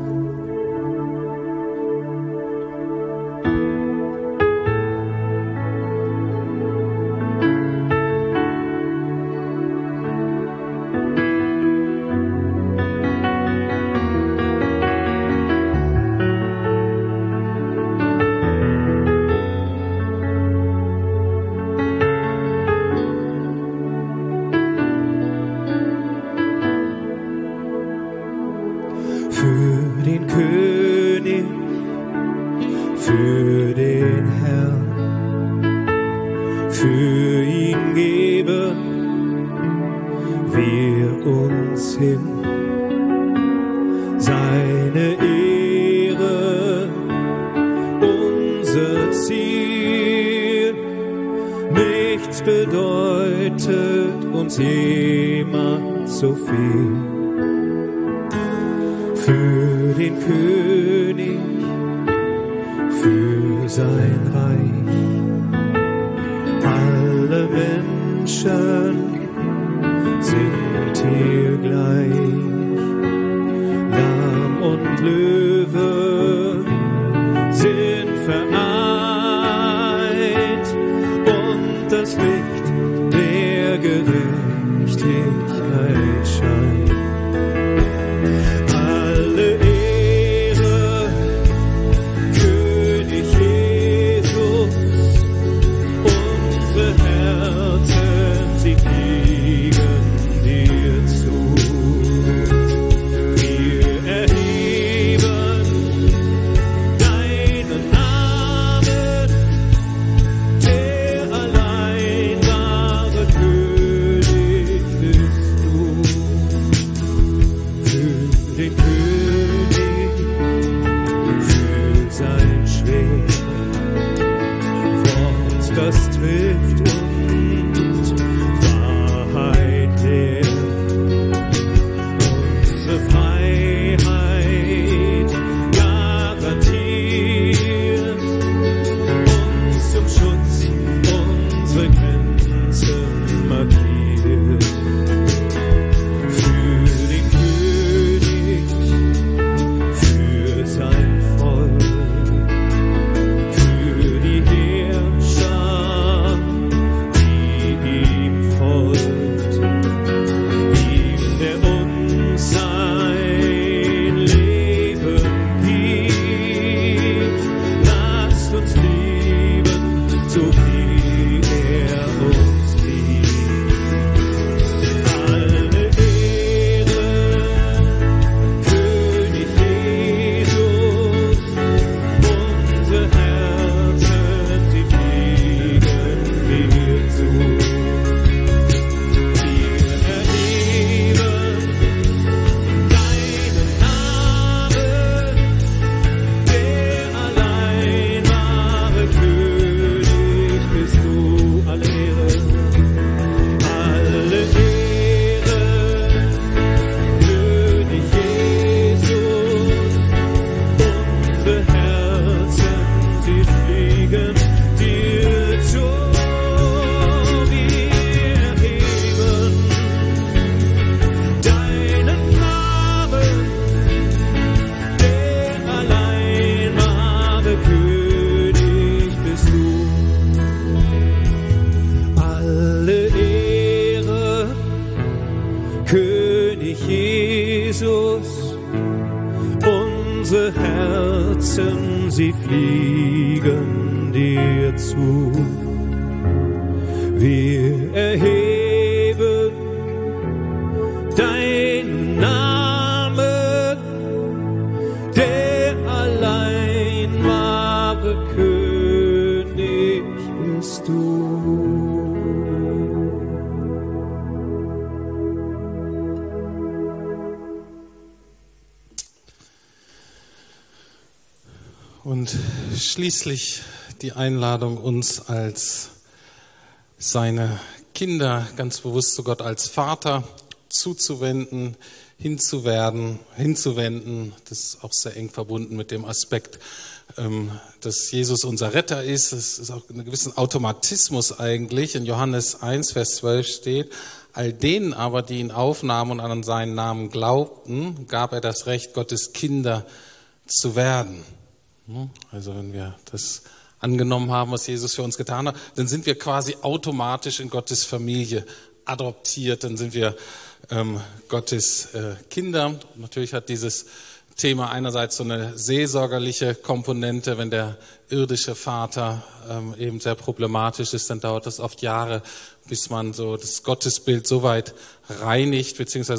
Für den König, für sein Reich, alle Menschen sind hier gleich, Lamm und Löwe sind vereint und das Licht der Gerechtigkeit scheint. Alle Ehre unsere Herzen, sie fliegen dir zu. Wir heben deinen Namen, der allein wahre König bist du. Alle Ehre, König Jesus, unsere Herzen, sie fliegen dir zu. Wir erheben deinen Namen, der allein wahre König bist du. Und schließlich die Einladung, uns als seine Kinder ganz bewusst zu Gott als Vater zuzuwenden, hinzuwenden. Das ist auch sehr eng verbunden mit dem Aspekt, dass Jesus unser Retter ist. Das ist auch ein gewisser Automatismus eigentlich. In Johannes 1, Vers 12 steht: All denen aber, die ihn aufnahmen und an seinen Namen glaubten, gab er das Recht, Gottes Kinder zu werden. Also wenn wir das angenommen haben, was Jesus für uns getan hat, dann sind wir quasi automatisch in Gottes Familie adoptiert, dann sind wir Gottes Kinder. Und natürlich hat dieses Thema einerseits so eine seelsorgerliche Komponente. Wenn der irdische Vater eben sehr problematisch ist, dann dauert das oft Jahre, bis man so das Gottesbild so weit reinigt, beziehungsweise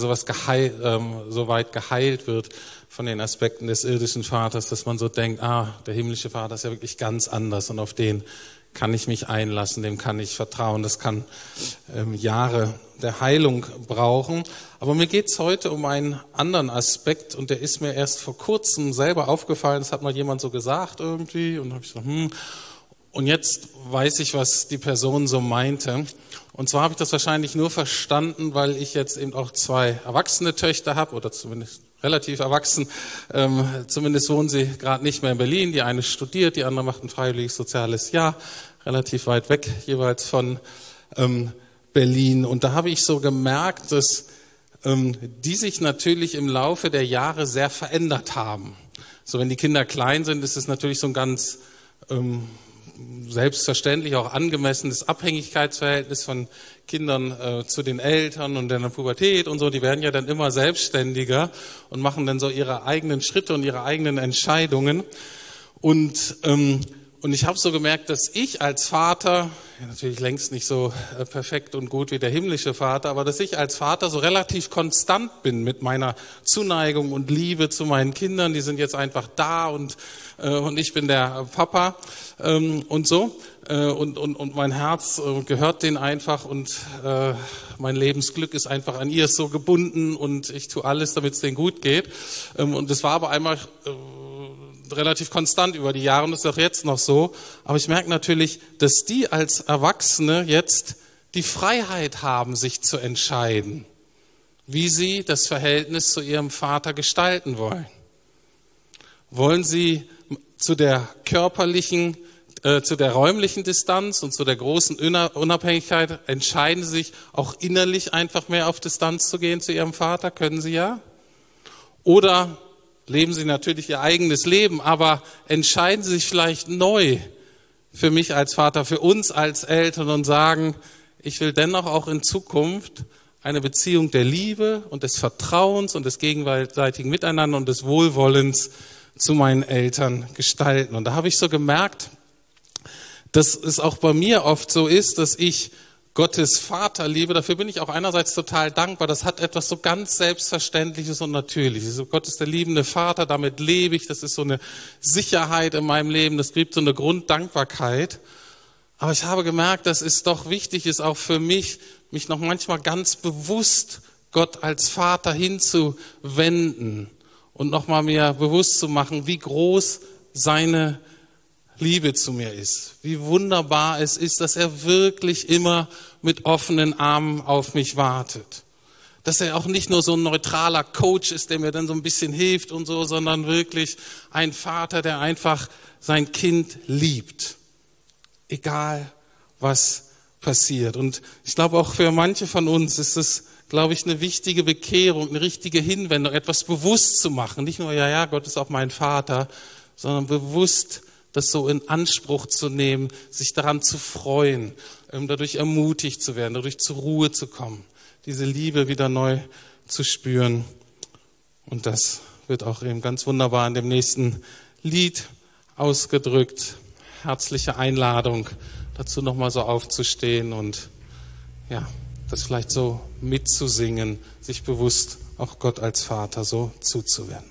so weit geheilt wird von den Aspekten des irdischen Vaters, dass man so denkt, der himmlische Vater ist ja wirklich ganz anders und auf den kann ich mich einlassen, dem kann ich vertrauen. Das kann Jahre der Heilung brauchen. Aber mir geht's heute um einen anderen Aspekt und der ist mir erst vor kurzem selber aufgefallen. Das hat mal jemand so gesagt irgendwie und dann habe ich so, Und jetzt weiß ich, was die Person so meinte. Und zwar habe ich das wahrscheinlich nur verstanden, weil ich jetzt eben auch 2 erwachsene Töchter habe, oder zumindest relativ erwachsen. Zumindest wohnen sie gerade nicht mehr in Berlin. Die eine studiert, die andere macht ein freiwilliges soziales Jahr, relativ weit weg jeweils von Berlin. Und da habe ich so gemerkt, dass die sich natürlich im Laufe der Jahre sehr verändert haben. So, wenn die Kinder klein sind, ist es natürlich so ein ganz selbstverständlich auch angemessenes Abhängigkeitsverhältnis von Kindern zu den Eltern und in der Pubertät und so. Die werden ja dann immer selbstständiger und machen dann so ihre eigenen Schritte und ihre eigenen Entscheidungen. Und ich habe so gemerkt, dass ich als Vater, ja natürlich längst nicht so perfekt und gut wie der himmlische Vater, aber dass ich als Vater so relativ konstant bin mit meiner Zuneigung und Liebe zu meinen Kindern. Die sind jetzt einfach da und ich bin der Papa und so. Und mein Herz gehört denen einfach und mein Lebensglück ist einfach an ihr so gebunden und ich tue alles, damit es denen gut geht. Und das war aber einmal relativ konstant über die Jahre und das ist auch jetzt noch so. Aber ich merke natürlich, dass die als Erwachsene jetzt die Freiheit haben, sich zu entscheiden, wie sie das Verhältnis zu ihrem Vater gestalten wollen. Wollen sie zu der körperlichen, zu der räumlichen Distanz und zu der großen Unabhängigkeit, entscheiden sie sich auch innerlich einfach mehr auf Distanz zu gehen zu ihrem Vater? Können sie ja? Oder leben sie natürlich ihr eigenes Leben, aber entscheiden sie sich vielleicht neu für mich als Vater, für uns als Eltern und sagen, ich will dennoch auch in Zukunft eine Beziehung der Liebe und des Vertrauens und des gegenseitigen Miteinander und des Wohlwollens zu meinen Eltern gestalten. Und da habe ich so gemerkt, dass es auch bei mir oft so ist, dass ich Gottes Vater liebe. Dafür bin ich auch einerseits total dankbar. Das hat etwas so ganz Selbstverständliches und Natürliches. Gott ist der liebende Vater, damit lebe ich. Das ist so eine Sicherheit in meinem Leben. Das gibt so eine Grunddankbarkeit. Aber ich habe gemerkt, dass es doch wichtig ist, auch für mich noch manchmal ganz bewusst Gott als Vater hinzuwenden und nochmal mir bewusst zu machen, wie groß seine Liebe zu mir ist. Wie wunderbar es ist, dass er wirklich immer mit offenen Armen auf mich wartet. Dass er auch nicht nur so ein neutraler Coach ist, der mir dann so ein bisschen hilft und so, sondern wirklich ein Vater, der einfach sein Kind liebt. Egal, was passiert. Und ich glaube, auch für manche von uns ist es, glaube ich, eine wichtige Bekehrung, eine richtige Hinwendung, etwas bewusst zu machen. Nicht nur, ja, Gott ist auch mein Vater, sondern bewusst das so in Anspruch zu nehmen, sich daran zu freuen, dadurch ermutigt zu werden, dadurch zur Ruhe zu kommen, diese Liebe wieder neu zu spüren. Und das wird auch eben ganz wunderbar in dem nächsten Lied ausgedrückt. Herzliche Einladung, dazu nochmal so aufzustehen und ja, das vielleicht so mitzusingen, sich bewusst auch Gott als Vater so zuzuwenden.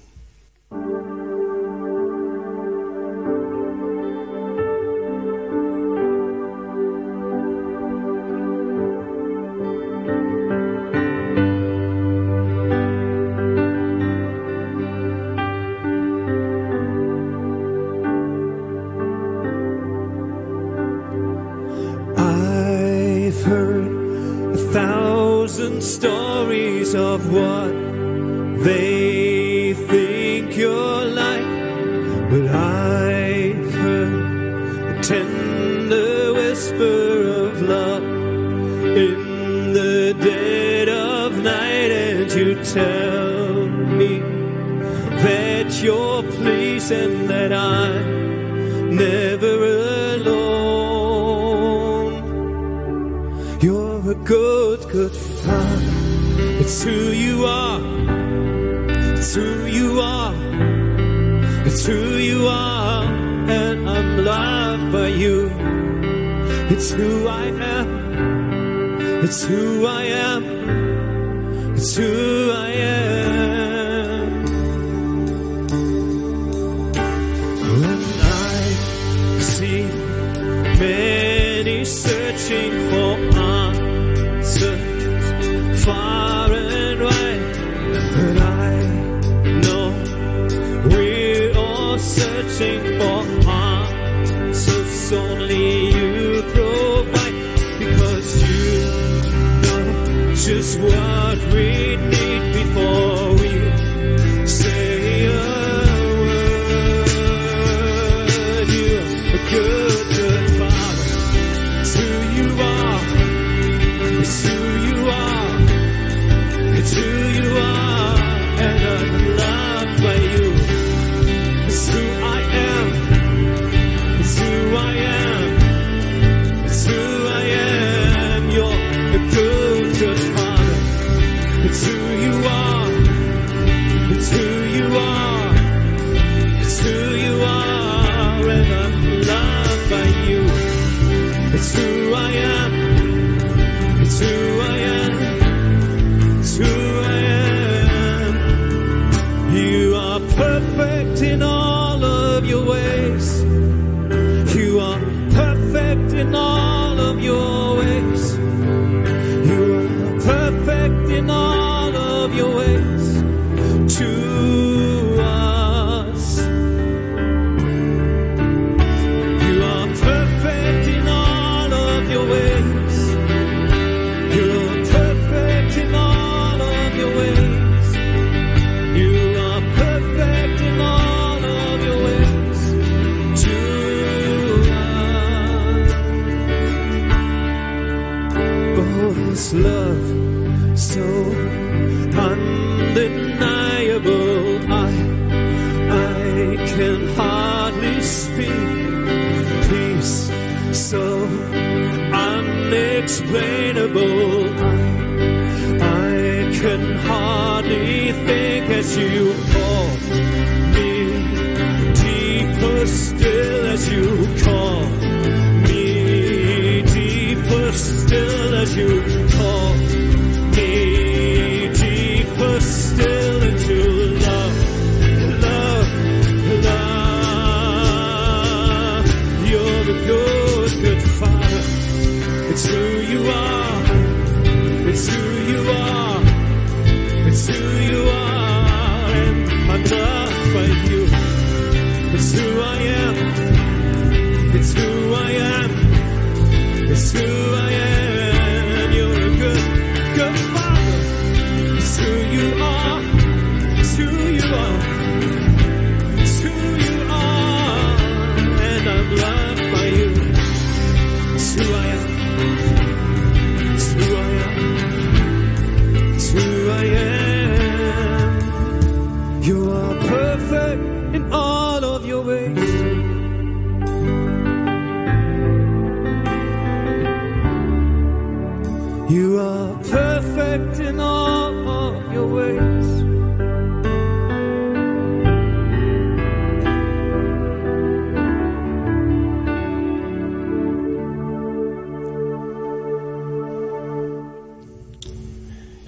Stories of what they think you're like, but I've heard a tender whisper of love in the dead of night, and you tell me that you're pleased and that I'm never alone. You're a good Father. It's who you are. It's who you are. It's who you are. And I'm loved by you. It's who I am. It's who I am. It's who I am. When I see many searching for answers far and wide, but I know we're all searching for answers only you provide, because you know just what we need before we say a word. You're a good Father. It's who you are. It's who you are. It's who you are, and I'm loved by you. It's who I am. It's who I am. It's who I am. You're a good Father. It's who you are. It's who you are. It's who you are, and I'm loved by you. It's who I am. It's who I am. Who I am. You are perfect in all of your ways. You are perfect in all of your ways. You are perfect in all of your ways to us. You are perfect in all of your ways. You're perfect in all of your ways. You are perfect in all of your ways to us. Oh, this love so undeniable, I can hardly speak. Peace so unexplainable, I can hardly think as you call me deeper still, as you call me deeper still, as you call me deeper still into love, love, love. You're the good Father. It's who you are. It's who you are. It's who you are, and I'm loved by you. It's who I am. It's who I am. It's who I am. You're a good Father.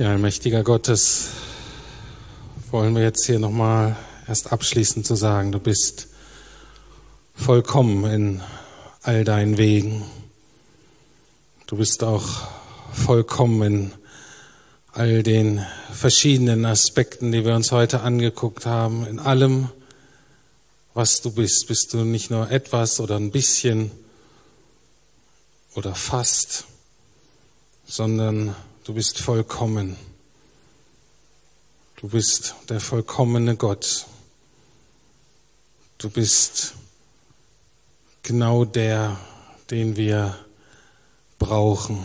Ja, allmächtiger Gottes, wollen wir jetzt hier nochmal erst abschließend zu sagen, du bist vollkommen in all deinen Wegen. Du bist auch vollkommen in all den verschiedenen Aspekten, die wir uns heute angeguckt haben. In allem, was du bist, bist du nicht nur etwas oder ein bisschen oder fast, sondern du bist vollkommen. Du bist der vollkommene Gott. Du bist genau der, den wir brauchen.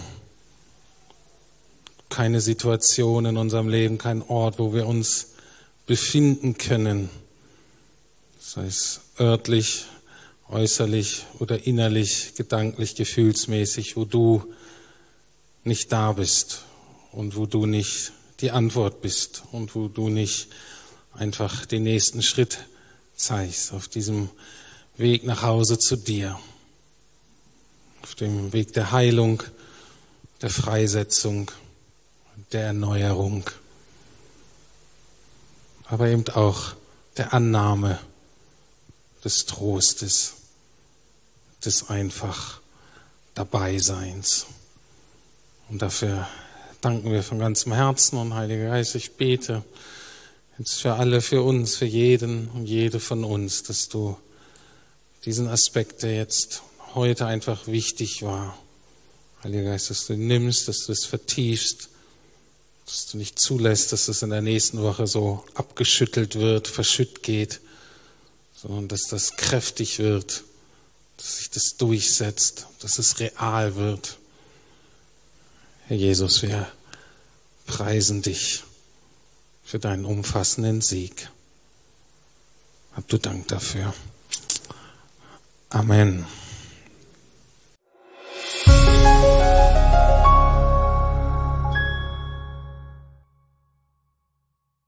Keine Situation in unserem Leben, kein Ort, wo wir uns befinden können, sei es örtlich, äußerlich oder innerlich, gedanklich, gefühlsmäßig, wo du nicht da bist und wo du nicht die Antwort bist und wo du nicht einfach den nächsten Schritt zeigst auf diesem Weg nach Hause zu dir, auf dem Weg der Heilung, der Freisetzung, der Erneuerung, aber eben auch der Annahme, des Trostes, des einfach Dabeiseins. Und dafür danken wir von ganzem Herzen. Und Heiliger Geist, ich bete jetzt für alle, für uns, für jeden und jede von uns, dass du diesen Aspekt, der jetzt heute einfach wichtig war, Heiliger Geist, dass du ihn nimmst, dass du es vertiefst, dass du nicht zulässt, dass es in der nächsten Woche so abgeschüttelt wird, verschütt geht, sondern dass das kräftig wird, dass sich das durchsetzt, dass es real wird. Herr Jesus, wir preisen dich für deinen umfassenden Sieg. Hab du Dank dafür. Amen.